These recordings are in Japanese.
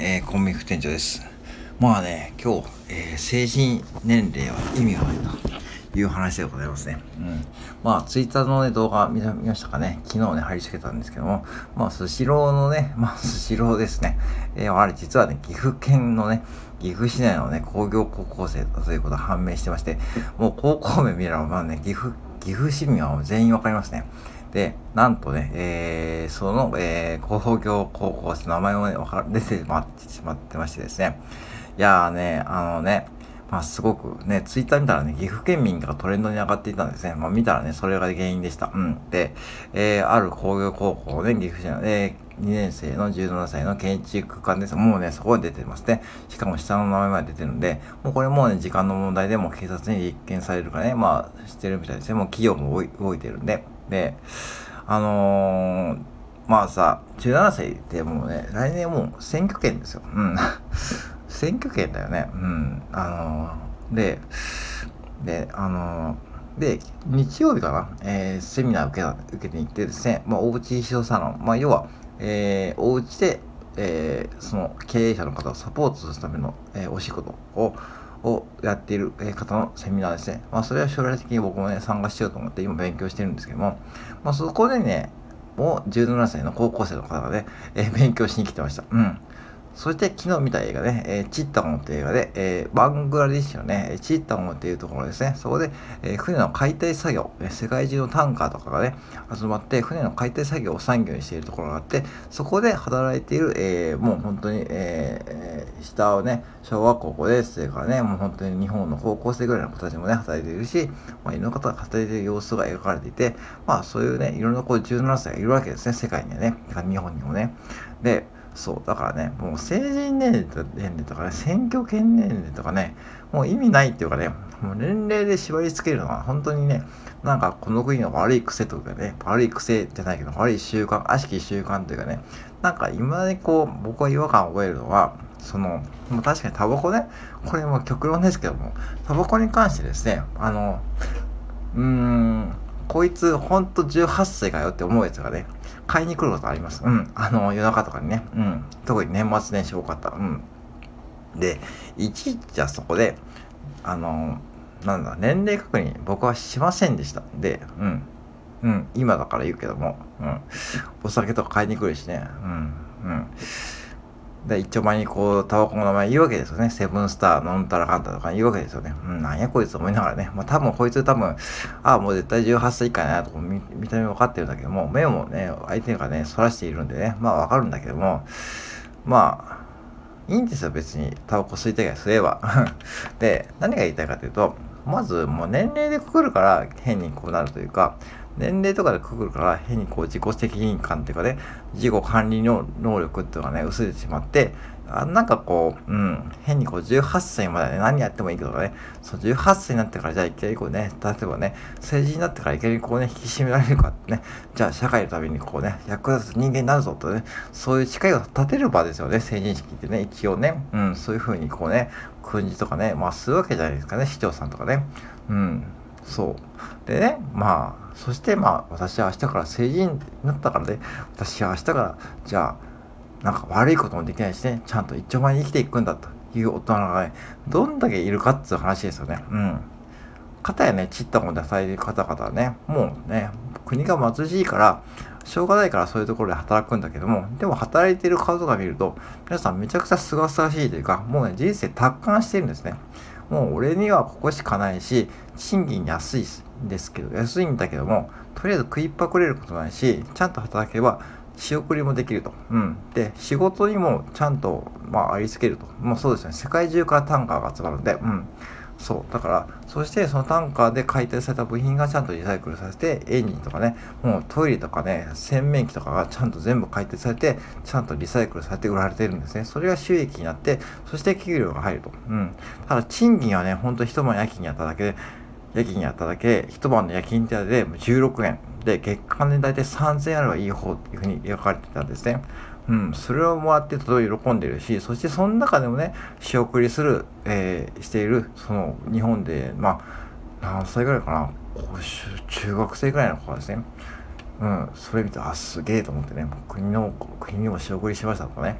コンビニ副店長です。まあね、今日、成人年齢は意味がないという話でございますね。まあ、ツイッターのね、動画見ましたかね。昨日ね、貼り付けたんですけども、まあ、スシローのね、スシローですね。あれ、実はね、岐阜県のね、岐阜市内のね、工業高校生だということが判明してまして、もう高校名見れば、まあね、岐阜市民は全員わかりますね。で、なんとね、その、工業高校生の名前もね、出てしまってましてですね。いやーね、すごくね、ツイッター見たらね、岐阜県民がトレンドに上がっていたんですね。見たらね、それが原因でした。で、ある工業高校ね、岐阜市の、2年生の17歳の建築家です。もうね、そこに出てますね。しかも下の名前まで出てるんで、もうこれもうね、時間の問題でも警察に立件されるからね、してるみたいですね。もう企業も動いてるんで。で、17歳ってもうね、来年もう選挙権ですよ。選挙権だよね。で、で、日曜日かな、セミナー受けてに行ってですね、おうち秘書サロン、要は、おうちで、その経営者の方をサポートするための、お仕事をやっている方のセミナーですね。それは将来的に僕もね、参加しようと思って今勉強してるんですけども、そこでね、もう17歳の高校生の方がね、勉強しに来てました。そして昨日見た映画ね、チッタゴンっていう映画で、バングラディッシュのね、チッタゴンっていうところですね、そこで、船の解体作業、世界中のタンカーとかがね、集まって船の解体作業を産業にしているところがあって、そこで働いている、もう本当に、下をね、小学校5年生からね、もう本当に日本の高校生ぐらいの子たちもね、働いているし、いろんな方が働いている様子が描かれていて、そういうね、いろんな17歳がいるわけですね、世界にはね、日本にもね。で、そう、だからね、もう成人年齢とかね、選挙権年齢とかね、もう意味ないっていうかね、もう年齢で縛り付けるのは本当にね、なんかこの国の悪い癖というかね、悪い癖じゃないけど、悪い習慣、悪しき習慣というかね、なんか今まで僕は違和感を覚えるのは、もう確かにタバコね、これも極論ですけども、タバコに関してですね、こいつほんと18歳かよって思うやつがね、買いに来ることあります。夜中とかにね。特に年末年始多かった。で、いちいちはそこで、年齢確認僕はしませんでした。で、今だから言うけども、お酒とか買いに来るしね。で、一丁前にタバコの名前言うわけですよね。セブンスター、ノンタラカンタとか言うわけですよね。なんやこいつ思いながらね。多分こいつもう絶対18歳以下やなとか見た目分かってるんだけども、目もね、相手がね、反らしているんでね、分かるんだけども、いいんですよ、別に。タバコ吸いたいから吸えば。で、何が言いたいかというと、まずもう年齢でくくるから変になるというか、年齢とかでくくるから変に自己責任感っていうかね、自己管理の能力っていうのがね、薄れてしまって、変に18歳までね、何やってもいいけどね、18歳になってからじゃあいきなり例えばね、成人になってからいきなり引き締められるかってね、じゃあ社会のために役立つ人間になるぞとね、そういう誓いを立てる場ですよね、成人式ってね、一応ね、そういう風に訓示とかね、するわけじゃないですかね、市長さんとかね、そう。でね、そして私は明日から成人になったからね、私は明日から、じゃあ、なんか悪いこともできないしね、ちゃんと一丁前に生きていくんだという大人がね、どんだけいるかっていう話ですよね。かたやね、ちったもんで働いている方々はね、もうね、国が貧しいから、しょうがないからそういうところで働くんだけども、でも働いている顔とか見ると、皆さんめちゃくちゃすがすがしいというか、もうね、人生達観してるんですね。もう俺にはここしかないし、賃金安い安いんだけども、とりあえず食いっぱくれることないし、ちゃんと働けば、仕送りもできると。で、仕事にもちゃんと、ありつけると。もうそうですね。世界中からタンカーが集まるんで、そう。だから、そしてそのタンカーで解体された部品がちゃんとリサイクルさせて、エンジンとかね、もうトイレとかね、洗面器とかがちゃんと全部解体されて、ちゃんとリサイクルされて売られてるんですね。それが収益になって、そして給料が入ると。ただ、賃金はね、ほんと一晩夜勤にやっただけで、一晩の夜勤手当で16円。で、月間でだいたい3000円あればいい方っていう風に描かれてたんですね。それをもらってとても喜んでるし、そしてその中でもね、仕送りしている、日本で、何歳ぐらいかな、中学生ぐらいの子ですね。それ見て、すげえと思ってね、国にも仕送りしましたとかね。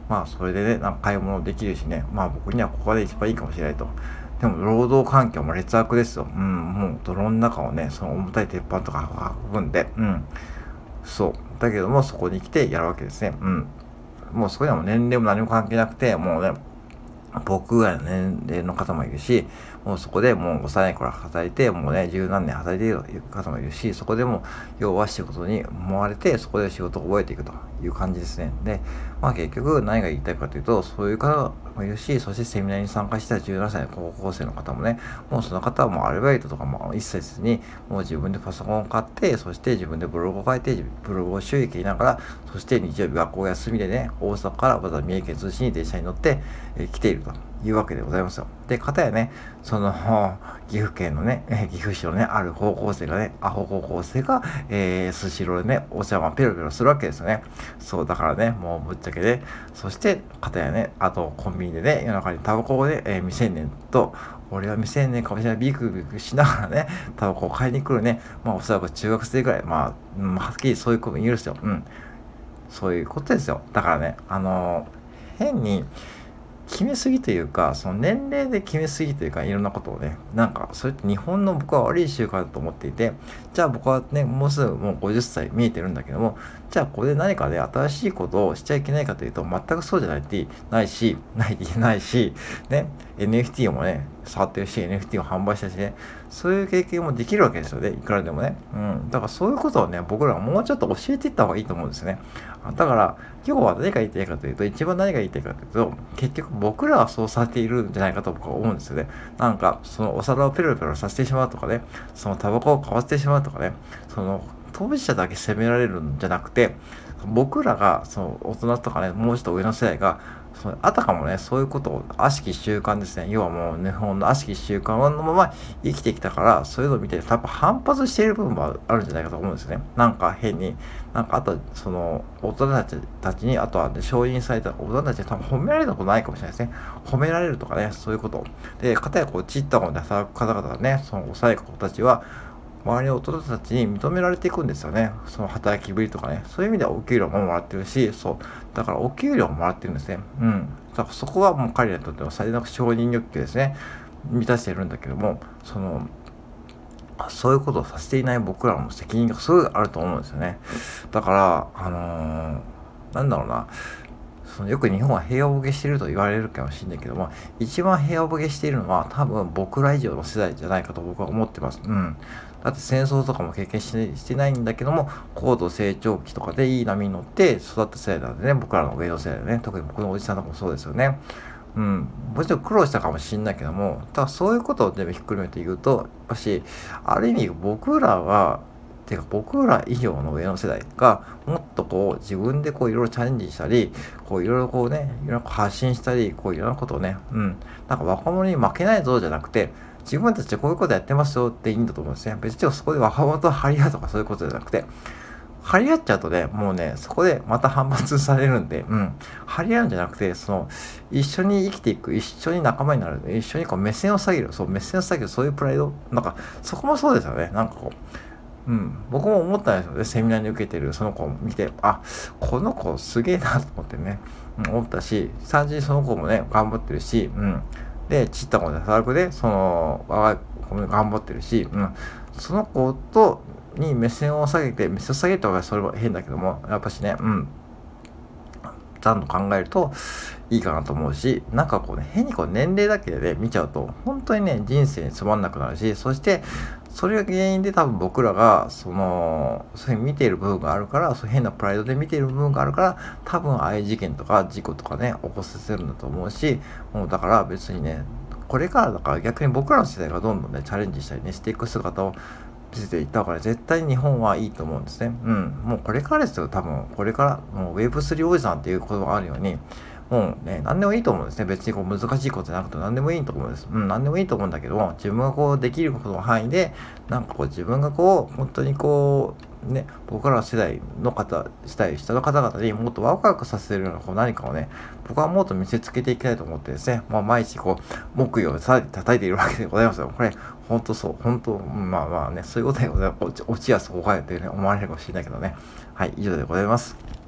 まあそれでね、なんか買い物できるしね、まあ僕にはここで一番いいかもしれないと。でも労働環境も劣悪ですよ。うん、もう泥の中をね、その重たい鉄板とか運ぶんで、うん。そう。だけどもそこに来てやるわけですね。うん。もうそこにはもう年齢も何も関係なくて、もうね、僕ぐらいの年齢の方もいるし、もうそこでもう幼い頃働いて、もうね、十何年働いている方もいるし、そこでも要は仕事に思われて、そこで仕事を覚えていくという感じですね。で、まあ結局何が言いたいかというと、そういう方もいるし、そしてセミナーに参加した17歳の高校生の方もね、もうその方はもうアルバイトとかも一切せずに、もう自分でパソコンを買って、そして自分でブログを書いて、ブログを収益にながら、そして日曜日学校休みでね、大阪からまた三重県通信に電車に乗って、来ているというわけでございますよ。で、かたやね、その、岐阜県のね、岐阜市のね、ある高校生がね、アホ高校生が、スシローでね、お茶碗ペロペロするわけですよね。そう、だからね、もうぶっちゃけで、そして、かたやね、あとコンビニでね、夜中にタバコをね、未成年と、俺は未成年かもしれない、ビクビクしながらね、タバコを買いに来るね、まあおそらく中学生ぐらい、まあ、はっきりそういう子もいるんですよ。うん。そういうことですよ。だからね、変に、決めすぎというか、その年齢で決めすぎというか、いろんなことをね、なんか、それって日本の僕は悪い習慣だと思っていて、じゃあ僕はね、もうすぐもう50歳見えてるんだけども、じゃあここで何かね、新しいことをしちゃいけないかというと、全くそうじゃないし、ね、NFT もね、触ってるし、NFT を販売したしね、そういう経験もできるわけですよね、いくらでもね。うん。だからそういうことをね、僕らがもうちょっと教えていった方がいいと思うんですよね。だから、今日は何が言いたいかというと、一番何が言いたいかというと、結局僕らはそうされているんじゃないかと僕は思うんですよね。なんか、そのお皿をペロペロさせてしまうとかね、そのタバコを買わせてしまうとかね、その当事者だけ責められるんじゃなくて、僕らが、その大人とかね、もうちょっと上の世代が、あたかもね、そういうことを悪しき習慣ですね。要はもう日本の悪しき習慣のまま生きてきたから、そういうのを見て、多分反発している部分もあるんじゃないかと思うんですね。なんか変に、なんかあとは、その、大人たちに、あとは、ね、承認された大人たちに多分褒められることないかもしれないですね。褒められるとかね、そういうこと。で、かたやこう、ちったもんで働く方々がね、その幼い子たちは、周りの大人たちに認められていくんですよね。その働きぶりとかね。そういう意味ではお給料ももらってるし、そう。だからお給料ももらってるんですね。うん。だからそこはもう彼らにとっては最大の承認欲求ですね。満たしているんだけども、そういうことをさせていない僕らの責任がすごいあると思うんですよね。だから、なんだろうな。よく日本は平和ボケしていると言われるかもしれないけども、一番平和ボケしているのは多分僕ら以上の世代じゃないかと僕は思ってます。うん。だって戦争とかも経験してないんだけども、高度成長期とかでいい波に乗って育った世代なんでね、僕らの上の世代でね、特に僕のおじさんとかもそうですよね。うん。もちろん苦労したかもしれないけども、ただそういうことを全部ひっくるめて言うと、やっぱし、ある意味僕ら以上の上の世代がもっとこう自分でこういろいろチャレンジしたり、こういろいろこうね、いろいろ発信したり、こういろんなことをね、うん、なんか若者に負けないぞじゃなくて、自分たちでこういうことやってますよっていいんだと思うんですね。別にそこで若者と張り合うとかそういうことじゃなくて、張り合っちゃうとね、もうね、そこでまた反発されるんで、うん。張り合うんじゃなくて、一緒に生きていく、一緒に仲間になる、一緒にこう目線を下げる、そう、目線を下げる、そういうプライド、なんか、そこもそうですよね。なんかこう、うん、僕も思ったんですよね。セミナーに受けてるその子を見て、あ、この子すげえなと思ってね、うん、思ったし、単純にその子もね、頑張ってるし、うん。で、ちった子で働くで、若い子も頑張ってるし、うん。その子に目線を下げて、目線を下げた方がそれは変だけども、やっぱしね、うん。ちゃんと考えるといいかなと思うし、なんかこうね、変にこう年齢だけでね、見ちゃうと、本当にね、人生につまんなくなるし、そして、それが原因で多分僕らが、そういう見ている部分があるから、そういう変なプライドで見ている部分があるから、多分ああいう事件とか事故とかね、起こさせるんだと思うし、もうだから別にね、これからだから逆に僕らの世代がどんどんね、チャレンジしたりね、していく姿を見せていったから絶対日本はいいと思うんですね。うん。もうこれからですよ、多分。これから、もう Web3 おじさんっていう言葉があるように、もうね、何でもいいと思うんですね。別にこう難しいことじゃなくて何でもいいと思うんです。うん、何でもいいと思うんだけども、自分がこうできることの範囲で、なんかこう自分がこう、本当にこう、ね、僕らの世代の方、下の方々にもっとワクワクさせるようなこう何かをね、僕はもっと見せつけていきたいと思ってですね、まあ毎日こう、木魚を叩いているわけでございますよ。これ、本当そう、本当、まあまあね、そういうことでございます。オチはそこかよってね、思われるかもしれないけどね。はい、以上でございます。